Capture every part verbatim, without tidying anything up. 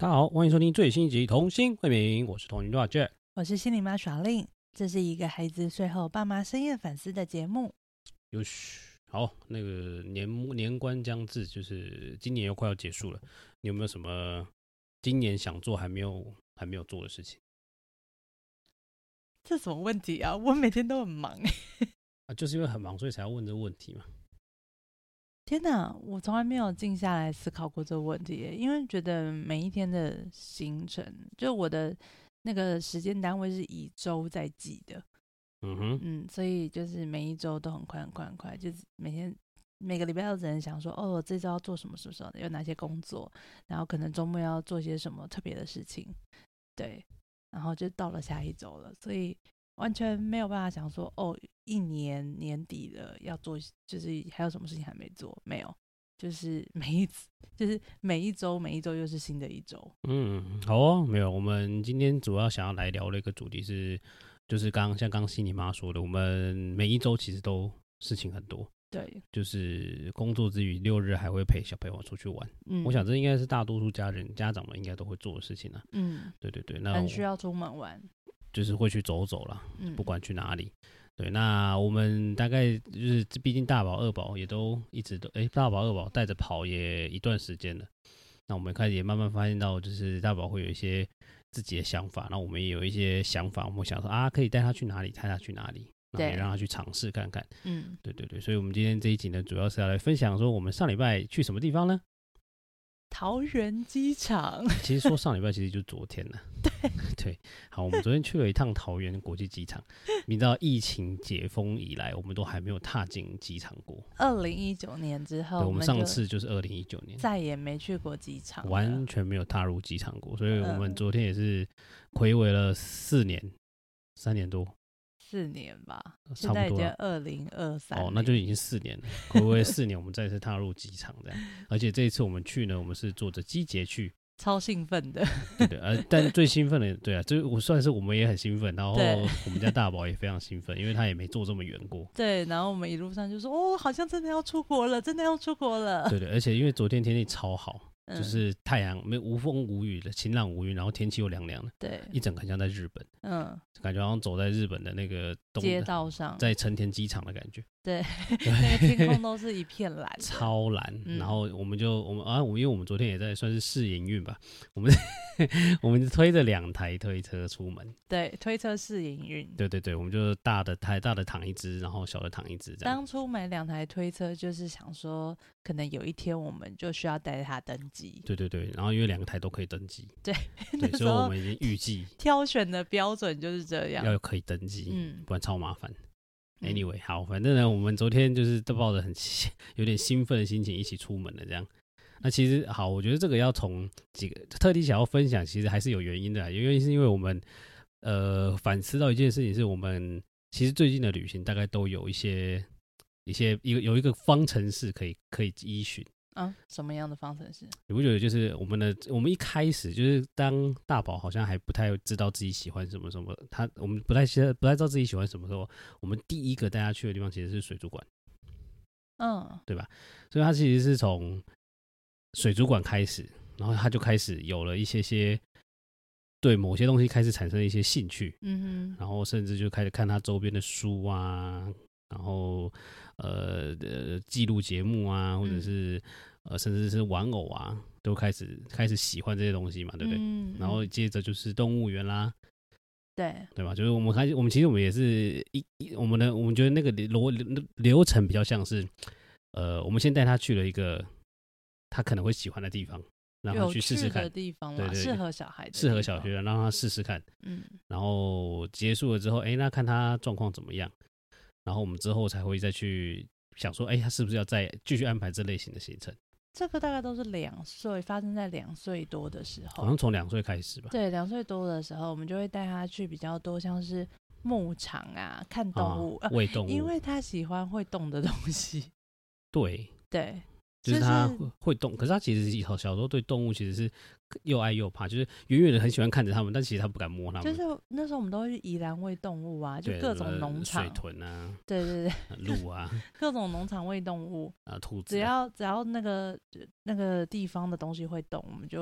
大家好，欢迎收听最新一集《童心慧明》，我是童心大 Jack， 我是心理妈耍令。这是一个孩子睡后爸妈深夜反思的节目。 有嘘，好，那个年年关将至，就是今年又快要结束了，你有没有什么今年想做还没有还没有做的事情？ 这什么问题啊？我每天都很忙啊，就是因为很忙，所以才要问这个问题嘛。 天哪，我从来没有静下来思考过这个问题耶，因为觉得每一天的行程，就我的那个时间单位是以周在记的。 嗯哼， 嗯，所以就是每一周都很快很快很快，就是每天每个礼拜都只能想说，哦，这周要做什么什么什么，有哪些工作，然后可能周末要做些什么特别的事情，对，然后就到了下一周了，所以完全没有办法想说，哦，一年年底了要做，就是还有什么事情还没做，没有，就是每一次，就是每一周每一周又是新的一周。 嗯，好哦，没有，我们今天主要想要来聊的一个主题是，就是刚像刚心理妈说的，我们每一周其实都事情很多。 对， 就是工作之余，六日还会陪小朋友出去玩。嗯，我想这应该是大多数家人家长们应该都会做的事情啊。嗯，对对对，那很需要出门玩， 就是会去走走啦，嗯，不管去哪里。对，那我们大概就是，毕竟大宝、二宝也都一直都，哎、欸，大宝、二宝带着跑也一段时间了。那我们开始也慢慢发现到，就是大宝会有一些自己的想法，那我们也有一些想法，我们想说啊，可以带他去哪里，带他去哪里。也让他去尝试看看，嗯，对对对，所以我们今天这一集呢，主要是要来分享说，我们上礼拜去什么地方呢？ 桃园机场。 其实说上礼拜，其实就是昨天了。 对对，好，我们昨天去了一趟桃园国际机场。你知道疫情解封以来，我们都还没有踏进机场过。 二零一九年之后， 我们上次就是二零一九年， 再也没去过机场， 完全没有踏入机场过。所以我们昨天也是睽违了四年，三年多。 四年吧， 差不多， 现在已经二零二三哦，那就已经四年了。睽违四年，我们再次踏入机场这样。而且这一次我们去呢，我们是坐着机捷去， 超兴奋的。 对对，呃，但最兴奋的，对啊，这我算是我们也很兴奋，然后我们家大宝也非常兴奋，因为他也没坐这么远过。 对，然后我们一路上就说，哦，好像真的要出国了，真的要出国了。 对对，而且因为昨天天气超好。嗯、就是太阳没无风无雨的，晴朗无云，然后天气又凉凉的，对，一整个很像在日本，嗯，感觉好像走在日本的那个街道上， 在成田机场的感觉， 对，那个天空都是一片蓝， 超蓝。嗯、然后我们就我们啊，我因为我们昨天也在算是试营运吧，我们我们推着两台推车出门， 对，推车试营运， 对对对，我们就大的台大的躺一只，然后小的躺一只这样。 当初买两台推车就是想说，可能有一天我们就需要带它登机。 对对对，然后因为两个台都可以登机， 对， 对，所以我们已经预计挑选的标准就是这样， 要可以登机，嗯，不然超麻烦。Anyway， 好，反正呢，我们昨天就是都抱着很有点兴奋的心情一起出门了，这样。那其实好，我觉得这个要从几个特地想要分享，其实还是有原因的，有原因是因为我们呃反思到一件事情，是我们其实最近的旅行大概都有一些一些一个有一个方程式可以可以依循。 啊，什么样的方程式？ 你不觉得就是我们的我们一开始就是当大宝好像还不太知道自己喜欢什么什么，他我们不太不太知道自己喜欢什么时候，我们第一个带他去的地方其实是水族馆，嗯，对吧？所以他其实是从水族馆开始，然后他就开始有了一些些对某些东西开始产生了一些兴趣，嗯哼，然后甚至就开始看他周边的书啊。然后，呃呃，记录节目啊，或者是、嗯、呃，甚至是玩偶啊，都开始开始喜欢这些东西嘛，对不对？嗯、然后接着就是动物园啦， 对对吧？就是我们开始，我们其实我们也是一我们的，我们觉得那个流流程比较像是，呃，我们先带他去了一个他可能会喜欢的地方，让他去试试看的地方嘛， 对对对， 适合小孩的， 适合小学的，让他试试看，嗯，然后结束了之后，哎，那看他状况怎么样。然后我们之后才会再去想说，哎，他是不是要再继续安排这类型的行程？ 这个大概都是两岁，发生在两岁多的时候， 好像从两岁开始吧。 对，两岁多的时候，我们就会带他去比较多，像是牧场啊，看动物， 啊、喂动物、呃， 因为他喜欢会动的东西。 对对。 就是他会动，可是他其实小时候对动物其实是又爱又怕，就是远远的很喜欢看着他们，但其实他不敢摸他们。 就是那时候我们都会去宜兰喂动物啊，就各种农场、 水豚啊， 对对对， 鹿啊， 各种农场喂动物啊，兔子、啊， 只要只要那个那个地方的东西会动，我们就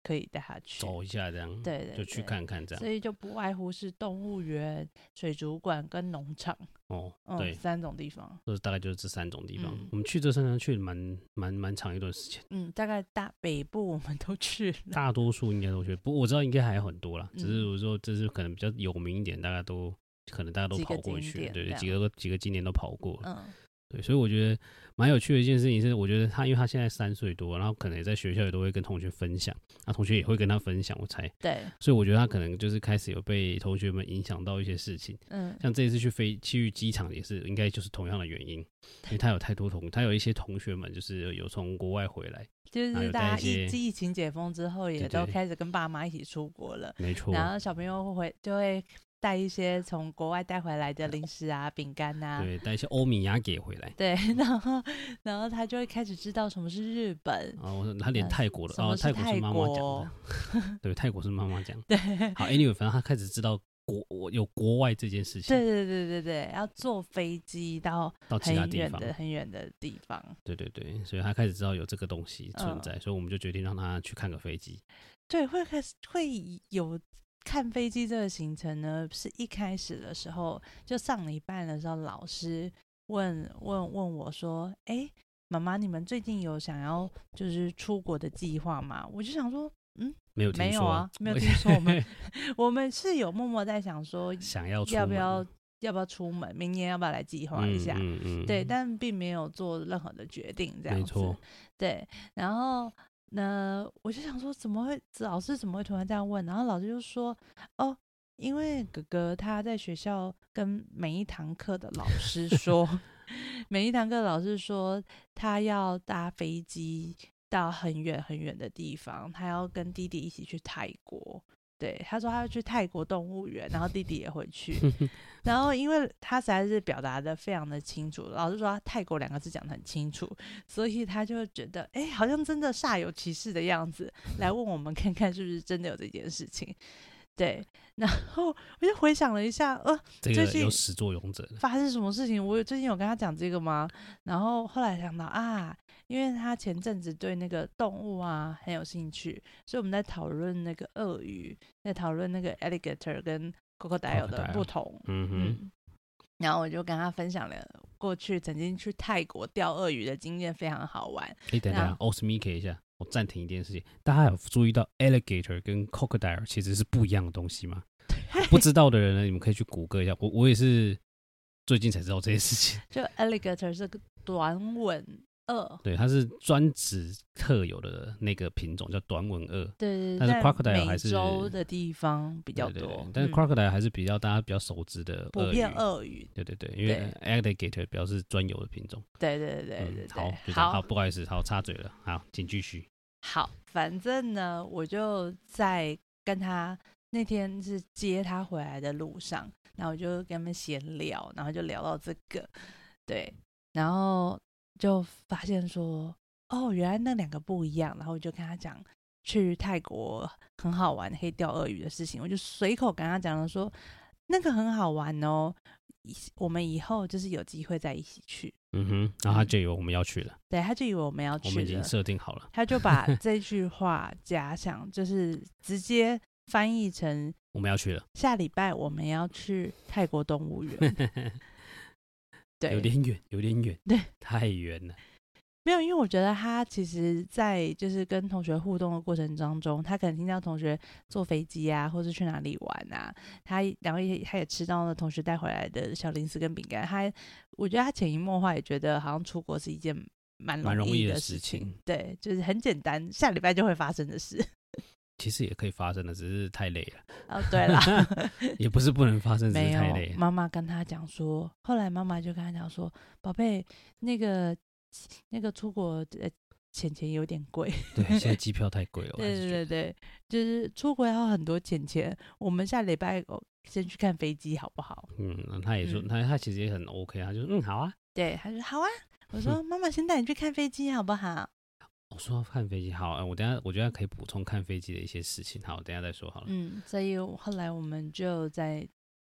可以带他去走一下这样， 对对对， 就去看看这样。 所以就不外乎是动物园、水族馆跟农场。 哦， 嗯， 对， 三种地方， 就是大概就是这三种地方。 嗯我们去这三场去蛮蛮蛮长一段时间， 嗯，大概大北部我们都去了， 大多数应该都去，不过我知道应该还有很多啦， 嗯只是我说这是可能比较有名一点，大家都可能大家都几个跑过去， 景点对对， 这样几个几个景点都跑过了。 嗯对，所以我觉得蛮有趣的一件事情是，我觉得他因为他现在三岁多，然后可能也在学校也都会跟同学分享，那同学也会跟他分享，我猜， 对， 所以我觉得他可能就是开始有被同学们影响到一些事情， 嗯像这一次去飞去机场也是，应该就是同样的原因，因为他有太多同，他有一些同学们就是有从国外回来， 就是然后有带大家一些疫疫情解封之后，也对对都开始跟爸妈一起出国了， 没错， 然后小朋友会就会带一些从国外带回来的零食啊、饼干啊， 对，带一些欧米亚给回来。 对，然后然后他就会开始知道什么是日本， 然后他连泰国的，哦， 什么是泰国是妈妈讲国的，对，泰国是妈妈讲。 对好，anyway，反正他开始知道国有国外这件事情， 对对对对对，要坐飞机到到其他很远地方， 的很远的地方， 对对对，所以他开始知道有这个东西存嗯在，所以我们就决定让他去看个飞机。 对，会开始会有看飞机这个行程呢，是一开始的时候，就上礼拜的时候，老师问问问我说：“哎，妈妈，你们最近有想要就是出国的计划吗？”我就想说，嗯， 没有听说没有啊，没有听说。我们我们是有默默在想说， 想要出门要不要要不要出门，明年要不要来计划一下？ 嗯嗯嗯对，但并没有做任何的决定，这样子。 没错， 对，然后呢，我就想说，怎么会老师怎么会突然这样问？然后老师就说，哦，因为哥哥他在学校跟每一堂课的老师说，每一堂课老师说他要搭飞机到很远很远的地方，他要跟弟弟一起去泰国。对，他说他要去泰国动物园，然后弟弟也会去。然后因为他实在是表达的非常的清楚，老师说他泰国两个字讲的很清楚，所以他就觉得，哎，好像真的煞有其事的样子，来问我们看看是不是真的有这件事情。对，然后我就回想了一下，呃， 这最近个有始作俑者的， 发生什么事情？我有最近有跟他讲这个吗？然后后来想到啊，因为他前阵子对那个动物啊很有兴趣，所以我们在讨论那个鳄鱼，在讨论那个 alligator 跟 crocodile 的 crocodile 不同。 嗯哼， 嗯，然后我就跟他分享了过去曾经去泰国钓鳄鱼的经验，非常好玩。 哎，等等 o s m i k 一下，我暂停一件事情，大家有注意到 alligator 跟 crocodile 其实是不一样的东西吗？不知道的人呢，你们可以去谷歌一下。我我也是最近才知道这件事情。 就 alligator 是个短吻鳄， 对，它是专指特有的那个品种，叫短吻鳄。 对对， 但是在 crocodile 还是美洲的地方比较对对多， 对但是嗯 crocodile 还是比较大家比较熟知的普遍鳄鳄鱼。 鱼。对对对，因为 alligator 比较是专有的品种。 对对对嗯对对， 好，就这样好，不好意思，好插嘴了，好，请继续。 好，反正呢，我就在跟他那天是接他回来的路上，然后我就跟他们闲聊，然后就聊到这个，对，然后就发现说，哦，原来那两个不一样，然后我就跟他讲去泰国很好玩，可以钓鳄鱼的事情，我就随口跟他讲了说，那个很好玩哦，我们以后就是有机会再一起去。 嗯哼，然后他就以为我们要去了， 对，他就以为我们要去了， 我们已经设定好了， 他就把这句话假想，就是直接翻译成我们要去了， 下礼拜我们要去泰国动物园。对， 有点远，有点远， 对， 太远了。 没有，因为我觉得他其实在就是跟同学互动的过程当中，他可能听到同学坐飞机啊，或是去哪里玩啊，他然后也他也吃到了同学带回来的小零食跟饼干，他我觉得他潜移默化也觉得好像出国是一件蛮蛮容易的易事事情对，就是很简单，下礼拜就会发生的事。 其实也可以发生的，只是太累了。 哦，对啦， 也不是不能发生，只没有是太累了。 妈妈跟他讲说，后来妈妈就跟他讲说，宝贝，那个那个出国呃钱钱有点贵。 对，现在机票太贵了。 对对对对，就是出国要很多钱钱。我们下礼拜哦先去看飞机好不好？ 嗯，他也说， 嗯他他其实也很 OK，他就说嗯好啊。 对，他说好啊。我说妈妈先带你去看飞机好不好？ 我说要看飞机，好，呃我等一下我觉得可以补充看飞机的一些事情，好，等一下再说好了。 嗯，所以后来我们就在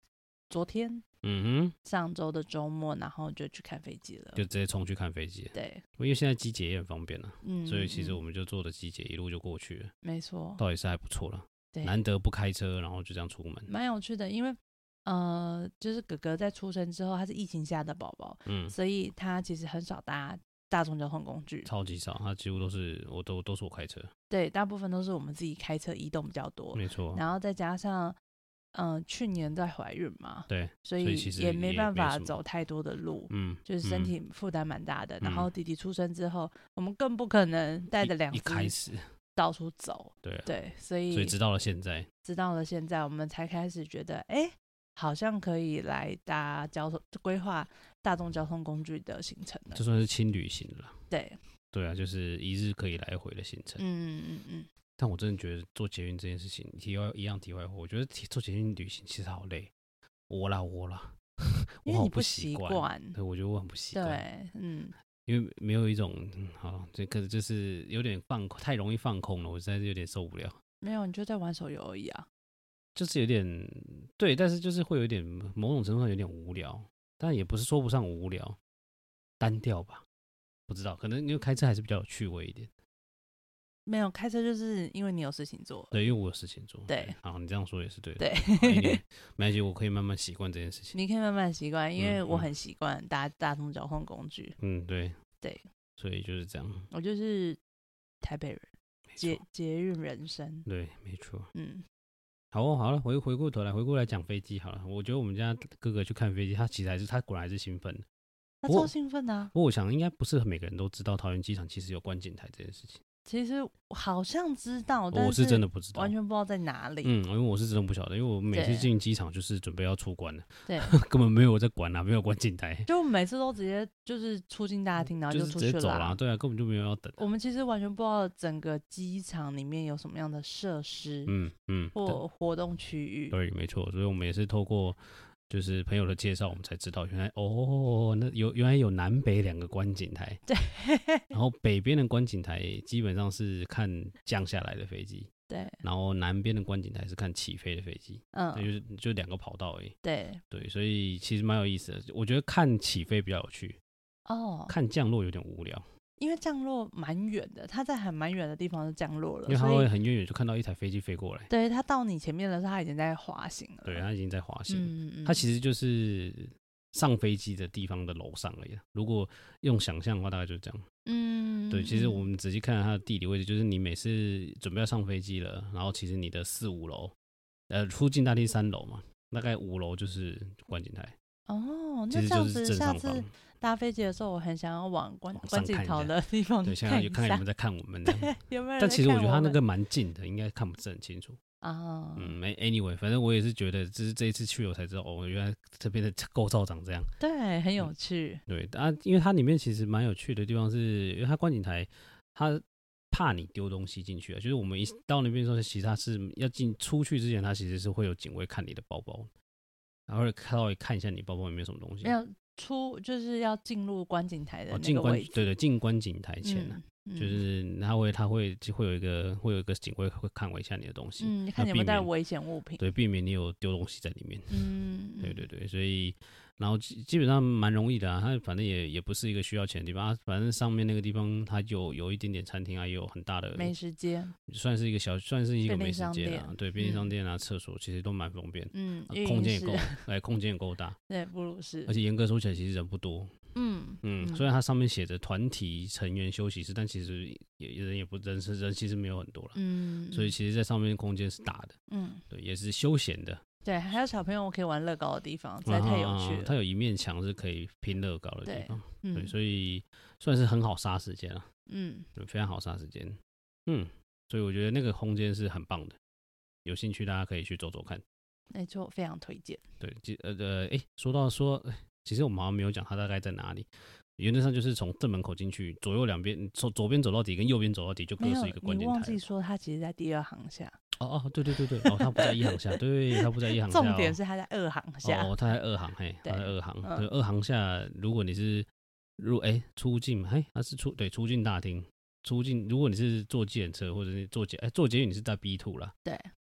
昨天， 嗯哼， 上周的周末，然后就去看飞机了， 就直接冲去看飞机。 对， 因为现在机捷也很方便了， 嗯， 所以其实嗯我们就坐的机捷一路就过去了， 没错， 倒也是还不错了。 对， 难得不开车，然后就这样出门， 蛮有趣的，因为呃，就是哥哥在出生之后，他是疫情下的宝宝， 嗯， 所以他其实很少搭大众交通工具， 超级少，他几乎都是我都都是我开车， 对，大部分都是我们自己开车移动比较多， 没错， 然后再加上嗯、呃去年在怀孕嘛， 对， 所以所以其实也没办法什么走太多的路， 嗯， 就是身嗯体负担蛮大的。 嗯然后弟弟出生之后，我们更不可能带着两一一开只始， 到处走， 对啊， 对，所以所以直到了现在， 直到了现在，我们才开始觉得，哎，好像可以来搭交通规划大众交通工具的行程了就。算是轻旅行了。 对， 对啊，就是一日可以来回的行程。 嗯嗯嗯， 但我真的觉得做捷运这件事情，题外一样题外话，我觉得做捷运旅行其实好累。我啦我啦，我好因为你不习习惯， 对，我觉得我很不习惯。 对，嗯， 因为没有一种嗯好，这可是就是有点放太容易放空了，我实在是有点受不了。 没有，你就在玩手游而已啊。 就是有点对，但是就是会有点某种程度上有点无聊，但也不是说不上无聊，单调吧。不知道，可能因为开车还是比较有趣味一点。 没有开车，就是因为你有事情做。 对，因为我有事情做。 对， 好，你这样说也是对的。 对， 好，anyway，没关系，我可以慢慢习惯这件事情。 你可以慢慢习惯，因为嗯嗯我很习惯搭大众交通工具。 嗯，对对， 所以就是这样。 我就是台北人， 没捷错， 捷运人生。 对，没错。 嗯， 好哦，好了，回回过头来，回过来讲飞机好了。我觉得我们家哥哥去看飞机，他其实还是他果然还是兴奋的。不过他超兴奋的啊。 不过我想应该不是每个人都知道桃园机场其实有观景台这件事情。 其实好像知道，但我是真的不知道， 完全不知道在哪里。 嗯，因为我是真的不晓得，因为我每次对进机场就是准备要出关了， 对， 根本没有在管啊，没有观景台， 就每次都直接就是出境大厅，然后就是出去了啊。 直接走啦，对啊，根本就没有要等。 我们其实完全不知道整个机场里面有什么样的设施嗯嗯， 或活动区域。 对，没错，所以我们也是透过就是朋友的介绍，我们才知道原来哦，那有原来有南北两个观景台， 对， 然后北边的观景台基本上是看降下来的飞机， 对， 然后南边的观景台是看起飞的飞机， 嗯， 对，就是就两个跑道而已。 对， 对，所以其实蛮有意思的。我觉得看起飞比较有趣， 哦， 看降落有点无聊， 因为降落蛮远的，它在很蛮远的地方就降落了， 因为它所以会很远远就看到一台飞机飞过来， 对它到你前面的时候，它已经在滑行了。 对，它已经在滑行， 嗯嗯， 它其实就是上飞机的地方的楼上而已。如果用想象的话，大概就是这样。 嗯， 对，其实嗯我们仔细看看它的地理位置，就是你每次准备要上飞机了，然后其实你的四五楼，呃，出境大厅三楼嘛，大概五楼就是观景台， 哦， 其那这样实就是正子下次上方。 搭飞机的时候，我很想要往观往观景上看一下台的地方对，现在看一下有看看有没有在看我们的， 有没有人在看我们。 但其实我觉得它那个蛮近的，应该看不是很清楚。 啊， 嗯，没 anyway，反正我也是觉得，这是这一次去我才知道，哦，原来这边的构造长这样。 对，很有趣。 对啊，因为它里面其实蛮有趣的地方是，因为它观景台，它怕你丢东西进去啊，就是我们一到那边的时候，其实它是要进出去之前，它其实是会有警卫看你的包包，然后会稍微看一下你包包有没有什么东西。 没有出，就是要进入观景台的哦，进观那个位置。 对对，进观景台前呢、 嗯就是他会他会就会有一个会有一个警卫会看一下你的东西， 嗯，你看那避免你有没有带危险物品。 对，避免你有丢东西在里面。 嗯， 对对对，所以然后基基本上蛮容易的啊，它反正也也不是一个需要钱的地方，啊反正上面那个地方它有有一点点餐厅啊，也有很大的美食街。 算是一个小算是一个便利美食街啦商，店对，便利商嗯店啊、厕所其实都蛮方便， 嗯， 啊运营室空间也够，哎，空间也够大， 对，布鲁士而。且严格说起来，其实人不多。 嗯嗯，虽然它上面写着团体成员休息室，但其实也人也不人是人其实没有很多了， 嗯， 所以其实在上面空间是大的， 嗯， 对，也是休闲的， 对，还有小朋友可以玩乐高的地方，实在太有趣了。 啊它有一面墙是可以拼乐高的地对方，对， 嗯所以算是很好杀时间了， 嗯， 对，非常好杀时间。嗯，所以我觉得那个空间是很棒的，有兴趣大家可以去走走看。 没错，非常推荐。 对，其呃呃，哎、说到说，诶其实我们好像没有讲它大概在哪里。原则上就是从正门口进去，左右两边，从左边走到底跟右边走到底就各没有是一个，关你键台了。 忘记说，它其实在第二行下， 哦哦，对对对对，哦，它不在一行下，对，它不在一行下、哦。 重点是它在二行下。 哦，它在二行，嘿，它对在二行。 嗯对，二行下，如果你是入哎、出境，哎，它是出对出境大厅，出境。如果你是坐计程车或者是坐捷哎坐捷运，你是在 B two 啦。 对，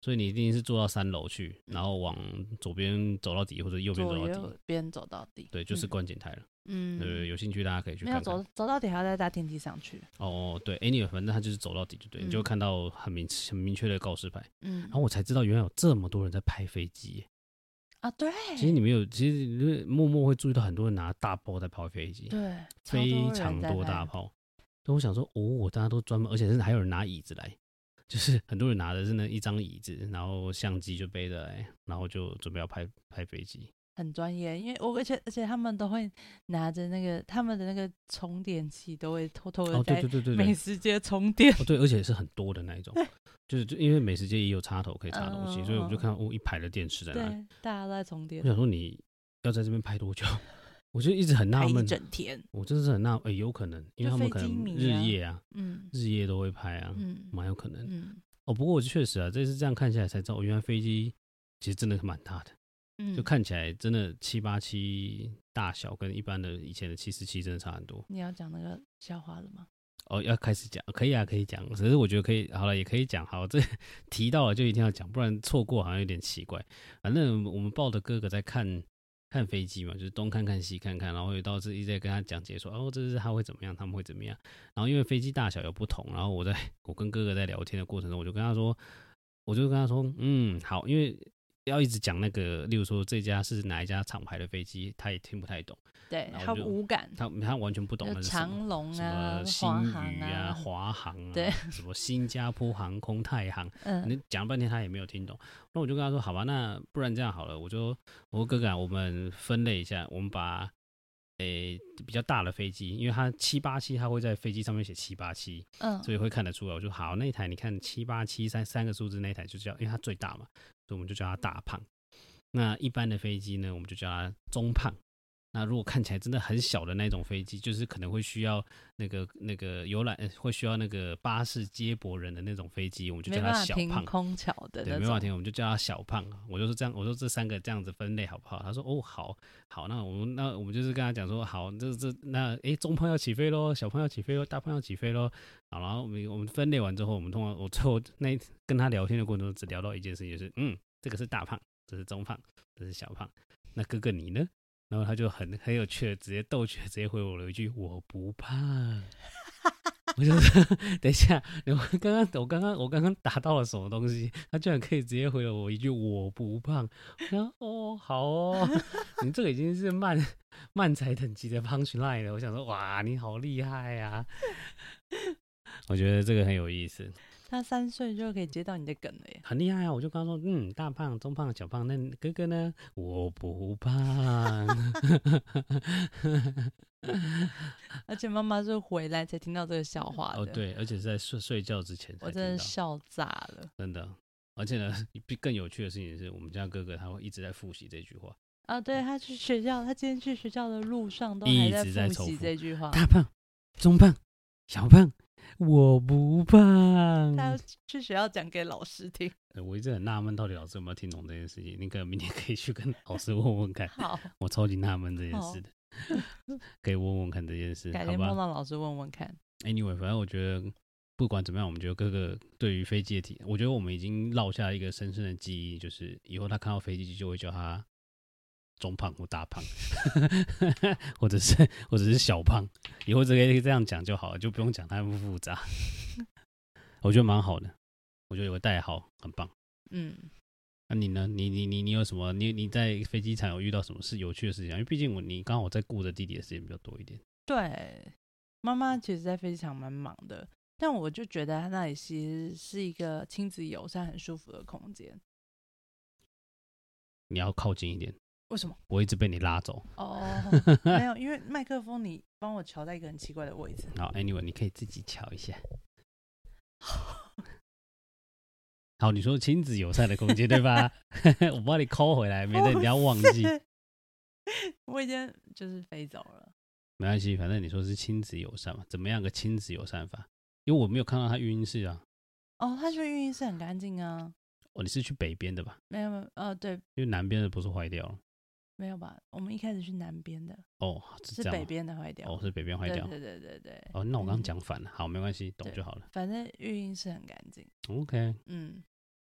所以你一定是坐到三楼去，然后往左边走到底，或者右边走到底。 左右边走到底。 对，就是观景台了。 嗯， 对，有兴趣大家可以去看看。 没有走走到底还要再搭电梯上去。 哦，对 ，anyway， 反正他就是走到底就对，嗯、你就会看到很明很明确的告示牌。嗯，然后我才知道原来有这么多人在拍飞机。 啊，对。 其实你们有，其实你默默会注意到很多人拿大炮在拍飞机。 对， 非常多大炮。所以我想说，哦，大家都专门，而且是还有人拿椅子来。就是很多人拿的是那一张椅子，然后相机就背着来，然后就准备要拍拍飞机， 很专业。因为我而且而且他们都会拿着那个他们的那个充电器，都会偷偷的在美食街充电。 哦，对，而且是很多的那一种，就是就因为美食街也有插头可以插东西，嗯、所以我就看到哦一排的电池在那里， 对，大家都在充电。 我想说你要在这边拍多久？我就一直很纳闷， 一整天， 我真的是很纳闷，哎、欸，有可能，因为他们可能日夜啊，嗯，日夜都会拍啊，嗯，蛮有可能，嗯，哦，不过我确实啊，这次这样看起来才知道，原来飞机其实真的蛮大的，嗯，就看起来真的七八七大小跟一般的以前的七四七真的差很多。 你要讲那个笑话了吗？ 哦，要开始讲，可以啊，可以讲，只是我觉得可以，好了，也可以讲，好，这提到了就一定要讲，不然错过好像有点奇怪。反正我们抱着哥哥在看。看飞机嘛，就是东看看西看看，然后有到这一直在跟他讲解说，哦，这是他会怎么样，他们会怎么样。然后因为飞机大小有不同，然后我在我跟哥哥在聊天的过程中，我就跟他说，我就跟他说，嗯，好，因为要一直讲那个，例如说这家是哪一家厂牌的飞机，他也听不太懂。 对，他无感， 他他完全不懂那是什么， 长龙啊，什么新宇啊、华航啊， 对， 什么新加坡航空、太航，嗯，你讲了半天他也没有听懂。那我就跟他说，好吧，那不然这样好了，我就我说哥哥，我们分类一下，我们把诶、欸、比较大的飞机，因为它七八七，它会在飞机上面写七八七，嗯，所以会看得出来。我就好，那一台你看七八七三三个数字那一台就叫，因为它最大嘛，所以我们就叫它大胖。那一般的飞机呢，我们就叫它中胖。那如果看起来真的很小的那种飞机，就是可能会需要那个那个游览，会需要那个巴士接驳人的那种飞机，我们就叫它小胖。 没办法停空桥的那种， 对，没办法停，我们就叫它小胖。我就说这样，我说这三个这样子分类好不好？他说哦，好，好，那我们那我们就是跟他讲说，好，这这那哎、欸，中胖要起飞咯，小胖要起飞咯，大胖要起飞咯。好，然后我们我们分类完之后，我们通常我最后那跟他聊天的过程中，只聊到一件事情，就是嗯，这个是大胖，这是中胖，这是小胖。那哥哥你呢？然后他就很很有趣的，直接逗趣的直接回我了一句：“我不怕。”我就说：“等一下，我刚刚我刚刚我刚刚打到了什么东西？他居然可以直接回了我一句‘我不胖’。”我想：“哦，好哦，你这个已经是漫漫才等级的 punch line 了。”我想说：“哇，你好厉害啊！”我觉得这个很有意思。 他三岁就可以接到你的梗了耶， 很厉害啊！我就刚说，嗯，大胖、中胖、小胖，那哥哥呢？我不胖。 而且妈妈是回来才听到这个笑话的。 哦，对，而且是在睡睡觉之前才听到。 我真的笑炸了， 真的。而且呢，更有趣的事情是我们家哥哥他会一直在复习这句话。 啊，对，他去学校，他今天去学校的路上都还在复习这句话。 大胖、中胖、小胖。我不胖， 他要去学校讲给老师听。 我一直很纳闷，到底老师有没有听懂这件事情？你可能明天可以去跟老师问问看。 好， 我超级纳闷这件事的，可以问问看这件事。 改天碰到老师问问看。 Anyway， 反正我觉得不管怎么样，我们觉得哥哥对于飞机的体，我觉得我们已经烙下一个深深的记忆，就是以后他看到飞机就会叫他中胖或大胖，或者是或者是小胖，以后这个这样讲就好了，就不用讲太复杂。我觉得蛮好的，我觉得有个代号很棒。嗯，那、啊、你呢？你你你你有什么？你你在飞机场有遇到什么事有趣的事情？因为毕竟我你刚好在顾着弟弟的时间比较多一点。 对，妈妈其实在飞机场蛮忙的，但我就觉得他那里其实是一个亲子友善、很舒服的空间。 你要靠近一点。 为什么？ 我一直被你拉走。 哦，没有，因为麦克风你帮我调在一个很奇怪的位置。 好 ，Anyway， 你可以自己调一下。好，你说亲子友善的空间对吧？我帮你call回来，免得你要忘记。 我已经就是飞走了。 没关系，反正你说是亲子友善嘛，怎么样个亲子友善法？因为我没有看到他育婴室啊。 哦，他去育婴室很干净啊。 哦，你是去北边的吧？ 没有，没有，呃，对， 因为南边的不是坏掉了。 没有吧？我们一开始去南边的。 哦，是, 是北边的坏掉。 哦，是北边坏掉。 对对对对对。 哦，那我刚刚讲反了、嗯。好，没关系，懂就好了。 反正育婴室很干净。 OK。 嗯。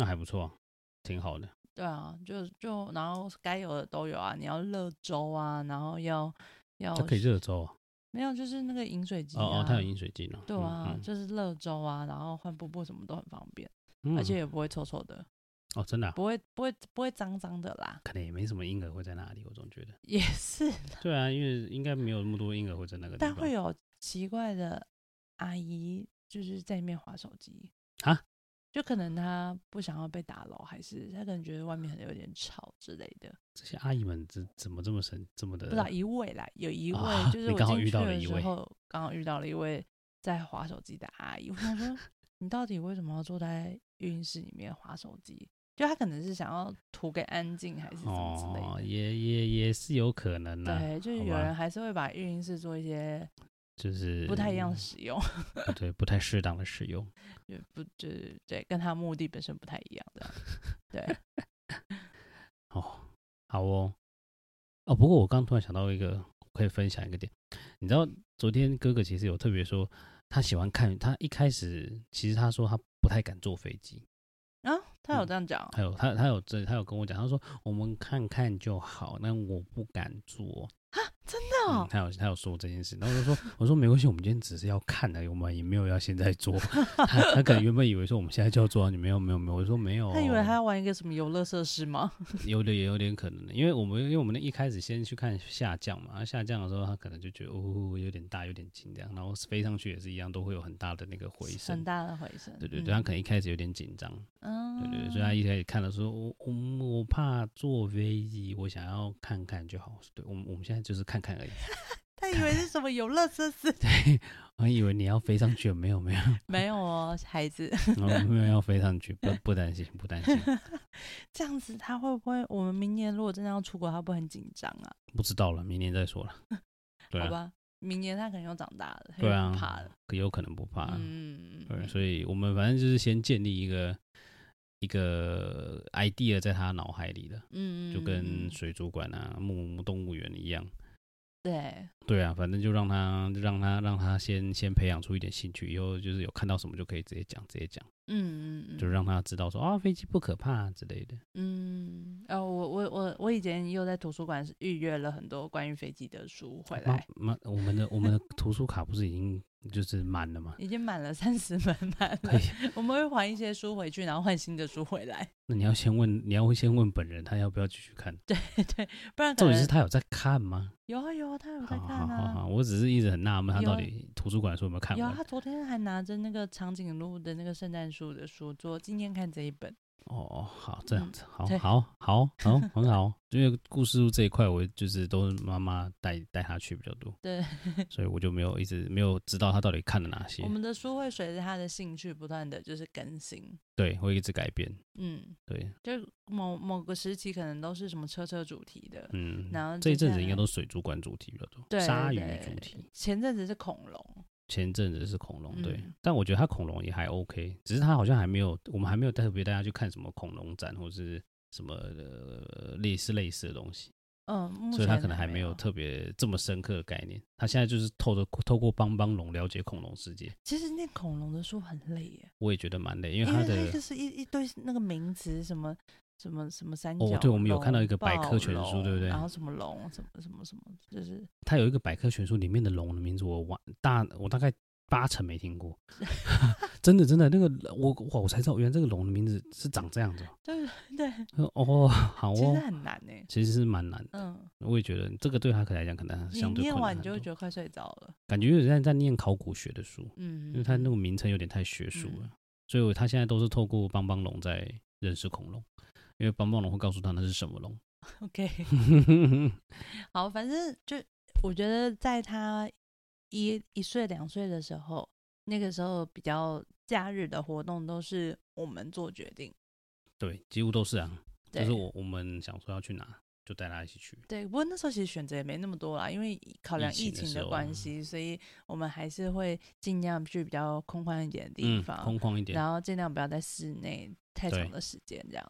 那还不错啊，挺好的。 对啊，就就然后该有的都有啊，你要热粥啊，然后要要它可以热粥啊？ 没有，就是那个饮水机啊。 哦哦，它有饮水机呢。 对啊， 嗯嗯、 就是热粥啊，然后换布布什么都很方便， 嗯、 而且也不会臭臭的。 哦，真的、啊？ 不会不会不会脏脏的啦。 可能也没什么婴儿会在那里，我总觉得。 也是。 对啊，因为应该没有那么多婴儿会在那个地方。 但会有奇怪的阿姨，就是在里面滑手机啊。 就可能他不想要被打扰，还是他可能觉得外面可能有点吵之类的。 这些阿姨们怎怎么这么神这么的？ 不知道一位啦，有一位、 啊、 就是我刚好进去的遇到了一位， 时候刚好遇到了一位在滑手机的阿姨。我想说，你到底为什么要坐在育婴室里面滑手机？就他可能是想要图个安静，还是什么之类的。 哦，也也也是有可能的、啊。 对，就是有人还是会把育婴室做一些就是不太一样的使用。 对，不太适当的使用。 就不就是对，跟他目的本身不太一样的。对。 哦，好哦。哦，不过我刚突然想到一个，可以分享一个点。你知道，昨天哥哥其实有特别说，他喜欢看。他一开始其实他说他不太敢坐飞机。 啊，他有这样讲、哦？ 还有他他有这他有跟我讲，他说我们看看就好，但我不敢坐。 啊，真的、哦嗯？他有他有说这件事，然后我就说我说没关系，我们今天只是要看而已，我们也没有要现在做。他他可能原本以为说我们现在就要做，你没有没有没有，我说没有。 他以为他要玩一个什么游乐设施吗？ 有的也有点可能，因为我们因为我们一开始先去看下降嘛，下降的时候他可能就觉得哦有点大有点近这样，然后飞上去也是一样，都会有很大的那个回声， 很大的回声。 对对对， 嗯、 他可能一开始有点紧张。 嗯， 对对对，所以他一开始看的时候，我我我怕坐飞机，我想要看看就好。对，我们我们现在就是看看而已。 他以为是什么游乐设施？ 对，我以为你要飞上去，没有没有没有哦，孩子。 我没有要飞上去，不不担心不担心。 这样子他会不会？我们明年如果真的要出国，他会不会很紧张啊？ 不知道了，明年再说了。对啊， 好吧，明年他可能又长大了， 对啊， 不怕了， 有可能不怕。 嗯， 对，所以我们反正就是先建立一个一个 idea 在他脑海里的， 嗯， 就跟水族馆啊、木动物园一样。 对对啊，反正就让他让他让他先先培养出一点兴趣，以后就是有看到什么就可以直接讲直接讲。 嗯嗯， 就让他知道说啊飞机不可怕之类的。 嗯，哦，我我我我以前又在图书馆预约了很多关于飞机的书回来。 妈，我们的我们的图书卡不是已经就是满了吗？ 已经满了三十本满了，我们会还一些书回去，然后换新的书回来。 那你要先问，你要先问本人他要不要继续看。 对对，不然重点是他有在看吗？ 有啊有啊，他有在看啊。 好好好，我只是一直很纳闷，他到底图书馆说有没有看完？ 有啊，他昨天还拿着那个长颈鹿的那个圣诞树的书，说今天看这一本。 哦，好，这样子，好， 嗯好，好，好，很好。因为故事书这一块，我就是都是妈妈带带他去比较多， 对， 所以我就没有一直没有知道他到底看了哪些。 我们的书会随着他的兴趣不断的就是更新， 对，会一直改变。 嗯， 对， 就某某个时期可能都是什么车车主题的， 嗯， 然后这一阵子应该都水族馆主题比较多， 对， 鲨鱼主题。 前阵子是恐龙。 前阵子是恐龙，对， 嗯、 但我觉得它恐龙也还 OK， 只是它好像还没有，我们还没有特别带他去看什么恐龙展或是什么呃类似类似的东西， 嗯， 所以他可能还没有特别这么深刻的概念。他现在就是透着透过帮帮龙了解恐龙世界。 其实念恐龙的书很累耶， 我也觉得蛮累，因为它的就是一一堆那个名词什么。什么什么三角龙？ 哦，对，我们有看到一个百科全书，对不对？ 然后什么龙，什么什么什么，就是它有一个百科全书，里面的龙的名字我大我大概八成没听过，真的真的那个我哇，我才知道原来这个龙的名字是长这样子。 对对， 哦，好哦， 其实很难呢， 其实是蛮难的。 嗯， 我也觉得这个对他来讲可能相对困难很多。 你念完你就会觉得快睡着了， 感觉有点在在念考古学的书， 嗯， 因为他那个名称有点太学术了，嗯、所以他现在都是透过帮帮龙在认识恐龙。因为帮帮龙会告诉他那是什么龙。 OK， 好，反正就我觉得在他一一岁两岁的时候，那个时候比较假日的活动都是我们做决定。 对，几乎都是啊，就是我我们想说要去哪，就带他一起去。 对，不过那时候其实选择也没那么多啦，因为考量疫情的关系，所以我们还是会尽量去比较空旷一点的地方， 嗯、空旷一点， 然后尽量不要在室内太长的时间这样子。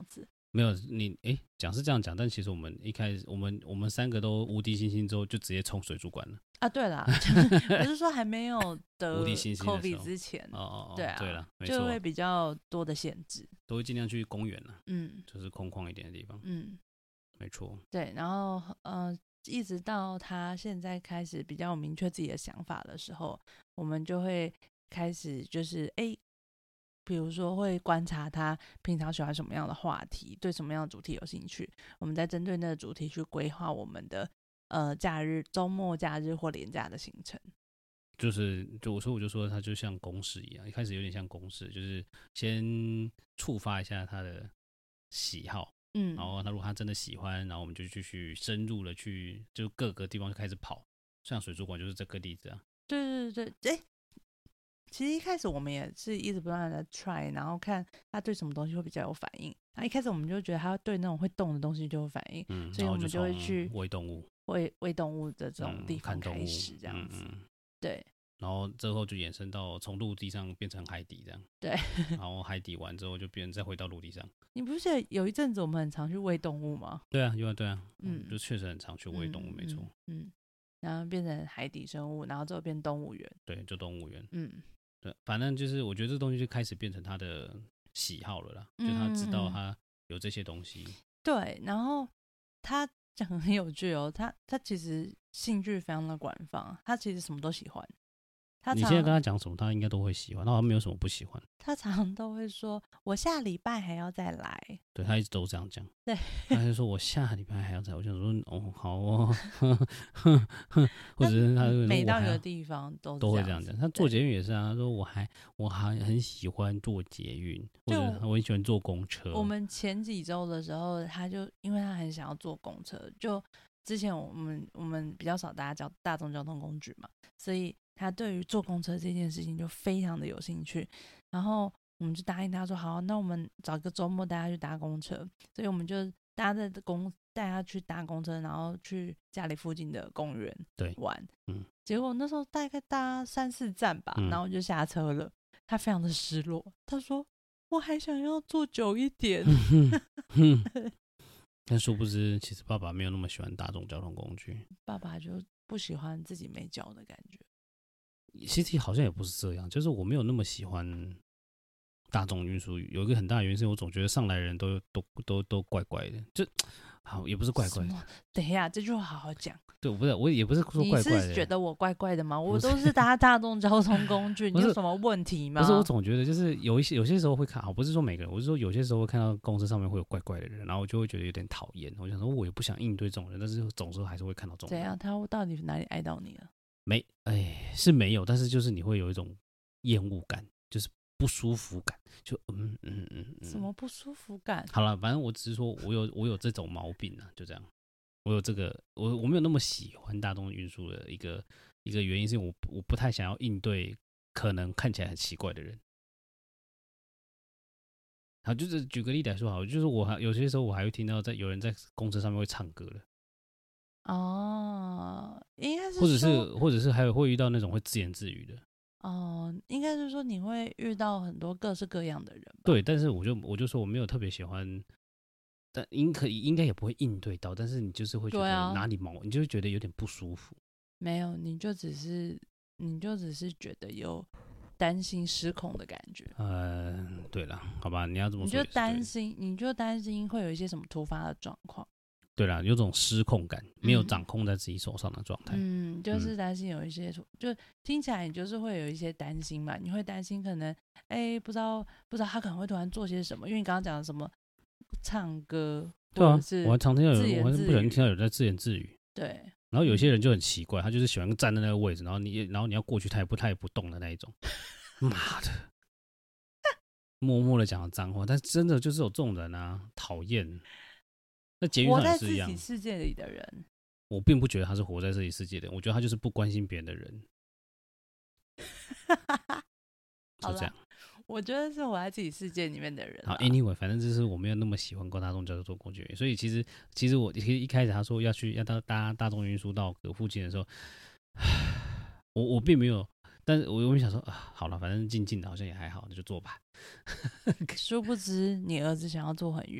没有你哎，讲是这样讲，但其实我们一开始我们我们三个都无敌星星之后，就直接冲水族馆了。 啊，对啦，我是说还没有得无敌星星的时 COVID 候之前， 哦哦哦， 对啊， 对了，没就会错， 比较多的限制。 都会尽量去公园了， 嗯就是空旷一点的地方。 嗯， 没错， 对，然后呃，一直到他现在开始比较明确自己的想法的时候，我们就会开始就是哎，比如说会观察他平常喜欢什么样的话题，对什么样的主题有兴趣，我们再针对那个主题去规划我们的呃假日、周末、假日或连假的行程。 就是就我说我就说它就像公式一样，一开始有点像公式，就是先触发一下他的喜好， 嗯， 然后他如果他真的喜欢，然后我们就继续深入的去就各个地方就开始跑，像水族馆就是这个例子啊。 对对对对，哎，其实一开始我们也是一直不断的 try，然后看他对什么东西会比较有反应。那一开始我们就觉得他对那种会动的东西就有反应， 嗯， 所以我们就会去喂动物， 喂喂动物的这种地方看动物开始这样子。 嗯嗯对， 然后之后就衍生到从陆地上变成海底这样， 对， 然后海底完之后就变再回到陆地上。 你不是有一阵子我们很常去喂动物吗？ 对啊，因为对啊， 嗯就确实很常去喂动物， 嗯没错。 嗯，嗯，然后变成海底生物，然后之后变动物园。 对，就动物园。 嗯， 对，反正就是我觉得这东西就开始变成他的喜好了啦，就他知道他有这些东西。 对，然后他讲得很有趣哦，他他其实兴趣非常的广泛，他其实什么都喜欢。他常你现在跟他讲什么，他应该都会喜欢，他好像没有什么不喜欢。 他常常都会说：“我下礼拜还要再来。” 对他一直都这样讲。 对， 他就说我下礼拜还要再，我想说哦好哦，或者是他就每到一个说我还要地方都都会这样子这样讲。他坐捷运也是啊，他说我还我还很喜欢坐捷运，或者就我很喜欢坐公车。 我们前几周的时候，他就因为他很想要坐公车，就之前我们我们比较少大家交大众交通工具嘛，所以他对于坐公车这件事情就非常的有兴趣。然后我们就答应他说好，那我们找个周末带他去搭公车，所以我们就大家在公带他去搭公车，然后去家里附近的公园对玩。 嗯， 结果那时候大概搭三四站吧， 嗯然后就下车了。他非常的失落，他说我还想要坐久一点。 但殊不知，其实爸爸没有那么喜欢大众交通工具。 爸爸就不喜欢自己没脚的感觉。 其实好像也不是这样，就是我没有那么喜欢大众运输。有一个很大的原因是我总觉得上来的人都都都都怪怪的，就好也不是怪怪的。 等一下，这句话好好讲。 对，我不是我也不是说怪怪的。 你是觉得我怪怪的吗？我都是搭大众交通工具，你有什么问题吗？ 不是，我总觉得就是有一些有些时候会看好，不是说每个人，我是说有些时候会看到公车上面会有怪怪的人，然后我就会觉得有点讨厌。我想说，我也不想应对这种人，但是总是还是会看到这种人。 怎样？他到底哪里爱到你了？ 没，哎，是没有，但是就是你会有一种厌恶感，就是不舒服感，就嗯嗯嗯嗯。 什么不舒服感？ 好了，反正我只是说我有我有这种毛病啊，就这样。我有这个，我我没有那么喜欢大众运输的一个一个原因，是因为我我不太想要应对可能看起来很奇怪的人。好，就是举个例来说好，就是我还有些时候我还会听到在有人在公车上面会唱歌的。 哦，应该是或者是或者是还有会遇到那种会自言自语的。 哦，应该是说你会遇到很多各式各样的人吧。 对，但是我就我就说我没有特别喜欢。但应可应该也不会应对到，但是你就是会觉得哪里毛，啊、你就会觉得有点不舒服。 没有，你就只是你就只是觉得有担心失控的感觉。 呃，对了，好吧，你要这么说， 你就担心，你就担心会有一些什么突发的状况。 对啦，有种失控感，没有掌控在自己手上的状态。 嗯，就是担心有一些，嗯、就听起来你就是会有一些担心嘛，你会担心可能，哎，不知道不知道他可能会突然做些什么，因为你刚刚讲的什么。唱歌， 对啊， 是我还常听到有人，我还不小心听到有人在自言自语。 对， 然后有些人就很奇怪，他就是喜欢站在那个位置，然后你，然后你要过去，他也不，他也不动的那一种。妈的，默默的讲脏话，但真的就是有这种人啊，讨厌。那捷运上也是一样， 活在自己世界里的人， 我并不觉得他是活在自己世界的人，我觉得他就是不关心别人的人。就这样。 我觉得是活在自己世界里面的人。 好 ，anyway， 反正就是我没有那么喜欢过大众交通工具，所以其实其实我一开始他说要去要到搭大众运输到附近的时候，我我并没有，但是我我想说啊，好了，反正静静的好像也还好，那就坐吧。 殊不知你儿子想要坐很远。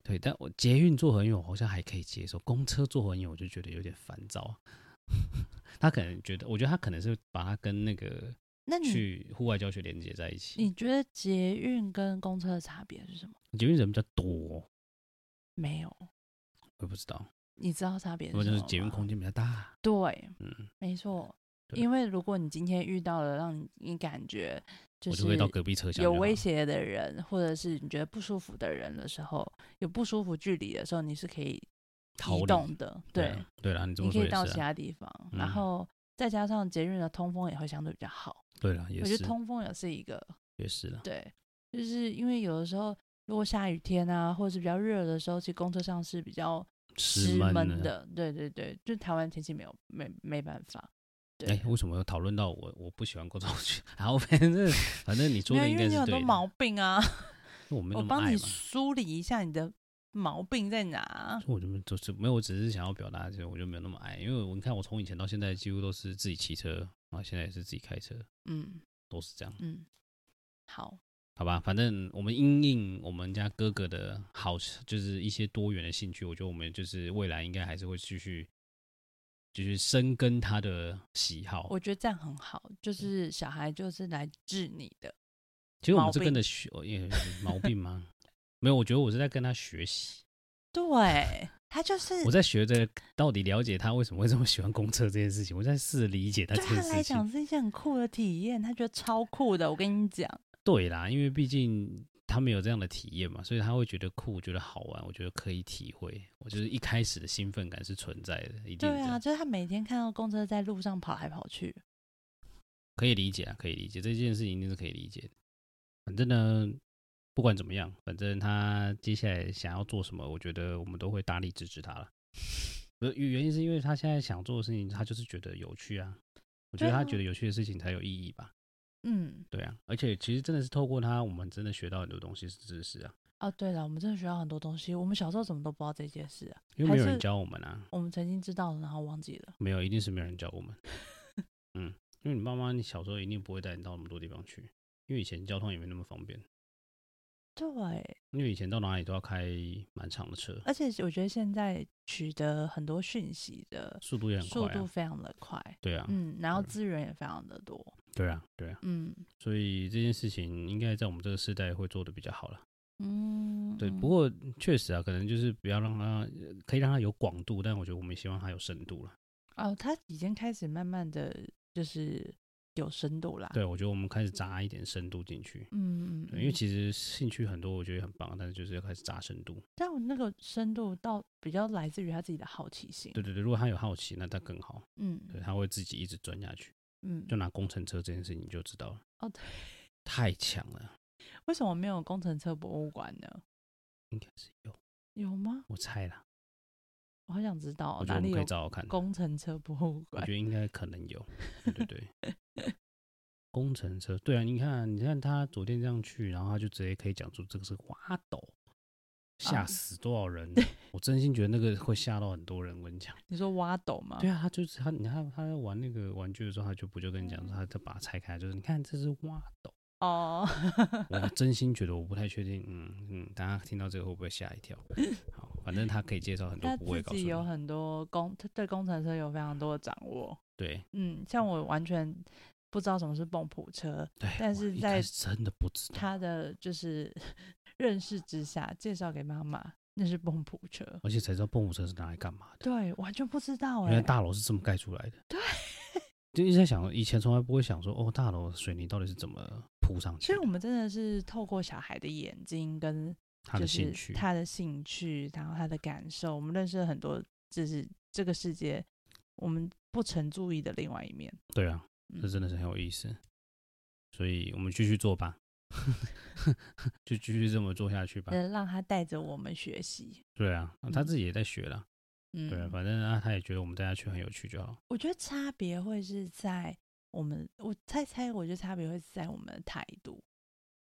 对，但我捷运坐很远，我好像还可以接受，公车坐很远，我就觉得有点烦躁。他可能觉得，我觉得他可能是把它跟那个那你去户外教学连接在一起。 你觉得捷运跟公车的差别是什么？ 捷运人比较多， 没有， 我也不知道， 你知道差别或者是是什么吗？ 捷运空间比较大。 对， 嗯， 没错。 对因为如果你今天遇到了让你你感觉就我就会到是隔壁车厢有就好了。 威胁的人，或者是你觉得不舒服的人的时候，有不舒服距离的时候，你是可以移逃离动的。对， 啊对啦，你这你么说也是可以到其啊。 他地方， 嗯然后再加上捷运的通风也会相对比较好。 对了，也我觉得是， 通风也是一个也是了。 对，就是因为有的时候如果下雨天啊，或者是比较热的时候，其实公车上是比较湿湿闷的。 闷的。对对对，就台湾天气没有没没办法。对， 哎、为什么有讨论到我我不喜欢公车去？然后反正反正你说没有， 的应因为你有很多该是对的， 毛病啊， 因为我没我帮你那么爱嘛。 梳理一下你的毛病在哪。 所以我就没就是没有，我只是想要表达，就是我就没有那么爱，因为我你看我从以前到现在几乎都是自己骑车，然后现在也是自己开车， 嗯都是这样。 嗯，好， 好吧，反正我们因应我们家哥哥的好，就是一些多元的兴趣，我觉得我们就是未来应该还是会继续，就是深耕他的喜好。 我觉得这样很好，就是小孩就是来治你的。 其实我们是跟着学，也毛病吗？没有，我觉得我是在跟他学习。 对，他就是我在学着到底了解他为什么会这么喜欢公车这件事情，我在试着理解他这对他来件事情。 讲是一件很酷的体验，他觉得超酷的。我跟你讲， 对啦，因为毕竟他没有这样的体验嘛，所以他会觉得酷，觉得好玩，我觉得可以体会。我就是一开始的兴奋感是存在的，一定的。 对啊，就是他每天看到公车在路上跑来跑去， 可以理解啊，可以理解这件事情一定是可以理解的。反正呢，不管怎么样，反正他接下来想要做什么，我觉得我们都会大力支持他了。原因是因为他现在想做的事情，他就是觉得有趣啊。我觉得他觉得有趣的事情才有意义吧。 嗯， 对啊，而且其实真的是透过他，我们真的学到很多东西是知识啊。 哦，对了，我们真的学到很多东西。我们小时候怎么都不知道这件事啊？ 因为没有人教我们啊。 我们曾经知道了，然后忘记了。 没有，一定是没有人教我们。嗯，因为你妈妈，你小时候一定不会带你到那么多地方去，因为以前交通也没那么方便。 对， 因为以前到哪里都要开蛮长的车， 而且我觉得现在取得很多讯息的速度也很快、啊， 速度非常的快。 对啊， 嗯，然后资源也非常的多。 对啊，对啊， 嗯所以这件事情应该在我们这个时代会做的比较好了。 嗯， 对，不过确实啊，可能就是不要让它可以让它有广度，但我觉得我们也希望它有深度了。 哦，他已经开始慢慢的就是有深度啦。 对，我觉得我们开始扎一点深度进去。 嗯嗯， 对，因为其实兴趣很多，我觉得很棒，但是就是要开始扎深度。 但我那个深度到比较来自于他自己的好奇心。 对对对，如果他有好奇，那他更好。 嗯， 对，他会自己一直钻下去。 嗯， 就拿工程车这件事情你就知道了。 哦，对， 太强了。 为什么没有工程车博物馆呢？ 应该是有， 有吗？ 我猜啦。 我好想知道我觉得我们可以哪里有找找看。 工程车博物我馆。 觉得应该可能有。对对对。工程车，对啊，你看，你看他昨天这样去，然后他就直接可以讲出这个是挖斗，吓死多少人！我真心觉得那个会吓到很多人。我跟你讲， 你说挖斗吗？ 对啊，他就是他，你看他在玩那个玩具的时候，他就不就跟你讲说，他再把它拆开，就是你看这是挖斗。 哦， 我真心觉得我不太确定，嗯嗯，大家听到这个会不会吓一跳？好，反正他可以介绍很多他不会自告诉你。 己有很多工，他对工程车有非常多的掌握。 对， 嗯，像我完全不知道什么是蹦普车， 对， 但是在真的不知道他的就是认识之下，介绍给妈妈，那是蹦普车， 而且才知道蹦普车是拿来干嘛的。 对，完全不知道哎、 原来大楼是这么盖出来的。对，就一直在想，以前从来不会想说，哦，大楼水泥到底是怎么铺上去的。 所以我们真的是透过小孩的眼睛跟他的兴趣， 他的兴趣，然后他的感受，我们认识了很多，就是这个世界我们不曾注意的另外一面。 对啊， 嗯这真的是很有意思。所以我们继续做吧。就继续这么做下去吧。 让他带着我们学习。 对啊，他自己也在学啦。 嗯， 对啊，反正啊，他也觉得我们带他去很有趣就好。 我觉得差别会是在我们，我猜猜，我觉得差别会是在我们的态度。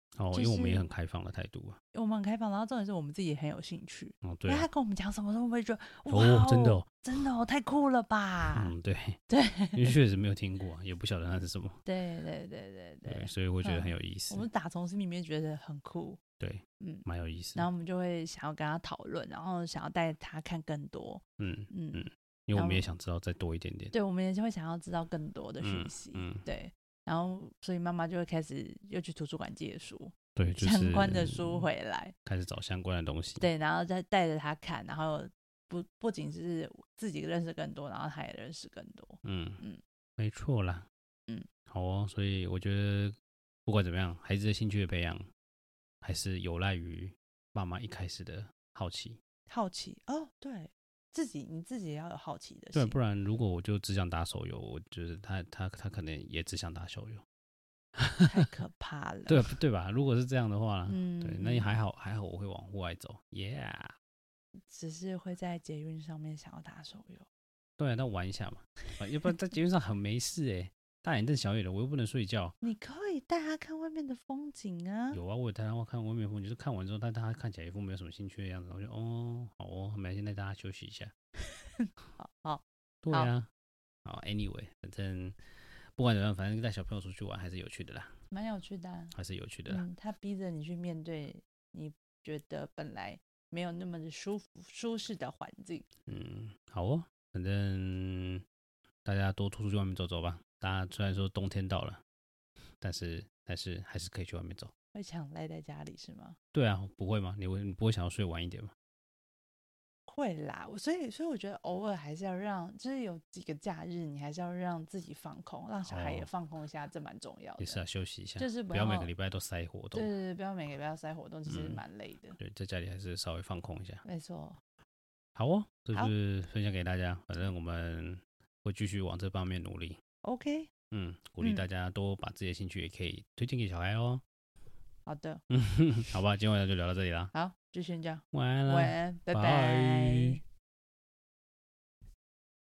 哦， 就是因为我们也很开放的态度啊。 我们很开放，然后重点是我们自己也很有兴趣。 哦，对啊， 因为他跟我们讲什么，都会觉得哇、 哦，真的哦， 真的哦，太酷了吧？ 嗯，对对因为确实没有听过啊，也不晓得那是什么， 对对对对对， 对， 所以会觉得很有意思。 我们打从心里面觉得很酷， 对， 嗯， 蛮有意思的。 然后我们就会想要跟他讨论，然后想要带他看更多， 嗯嗯嗯，因为我们也想知道再多一点点。 对，我们也就会想要知道更多的讯息， 嗯嗯对，然后所以妈妈就会开始又去图书馆借书， 对，就是相关的书回来， 开始找相关的东西。 对，然后再带着他看，然后不不仅是自己认识更多，然后他也认识更多， 嗯嗯没错啦。 嗯， 好哦，所以我觉得不管怎么样，孩子的兴趣的培养还是有赖于爸妈一开始的好奇。 好奇哦，对自己你自己也要有好奇的对， 心， 不然如果我就只想打手游，我觉得他他他可能也只想打手游。 太可怕了， 对对吧？如果是这样的话， 嗯， 对，那也还好，还好我会往户外走，Yeah。 只是会在捷运上面想要打手游， 对啊，那玩一下嘛，啊要不然在捷运上很没事哎、大眼瞪小眼的，我又不能睡觉。 你可以带他看外面的风景啊， 有啊，我有带他看外面风景，就是看完之后，但他看起来一副没有什么兴趣的样子，我就哦，好哦，没关系，那大家休息一下。 好好对啊，好，anyway，反正不管怎么样，反正带小朋友出去玩还是有趣的啦， 蛮有趣的、啊， 还是有趣的啦。 嗯，他逼着你去面对你觉得本来没有那么的舒服、舒适的环境。 嗯，好哦，反正大家多出去外面走走吧。大家虽然说冬天到了，但是但是还是可以去外面走。 会想赖在家里是吗？ 对啊，不会吗？你会你不会想要睡晚一点吗？ 会啦，我所以所以我觉得偶尔还是要让，就是有几个假日，你还是要让自己放空，让小孩也哦放空一下，这蛮重要的。 也是啊，休息一下， 就是不不要每要个礼拜都塞活动。 对对对，不要每个礼拜要塞活动，其实嗯蛮累的。 对，在家里还是稍微放空一下。 没错， 好哦，这好就是分享给大家。反正我们会继续往这方面努力。 OK， 嗯，鼓励嗯大家多把自己的兴趣也可以推荐给小孩哦。 好的， 嗯，好吧，今天晚上就聊到这里啦。 好，继续这样， 晚安啦， 晚安，拜拜拜。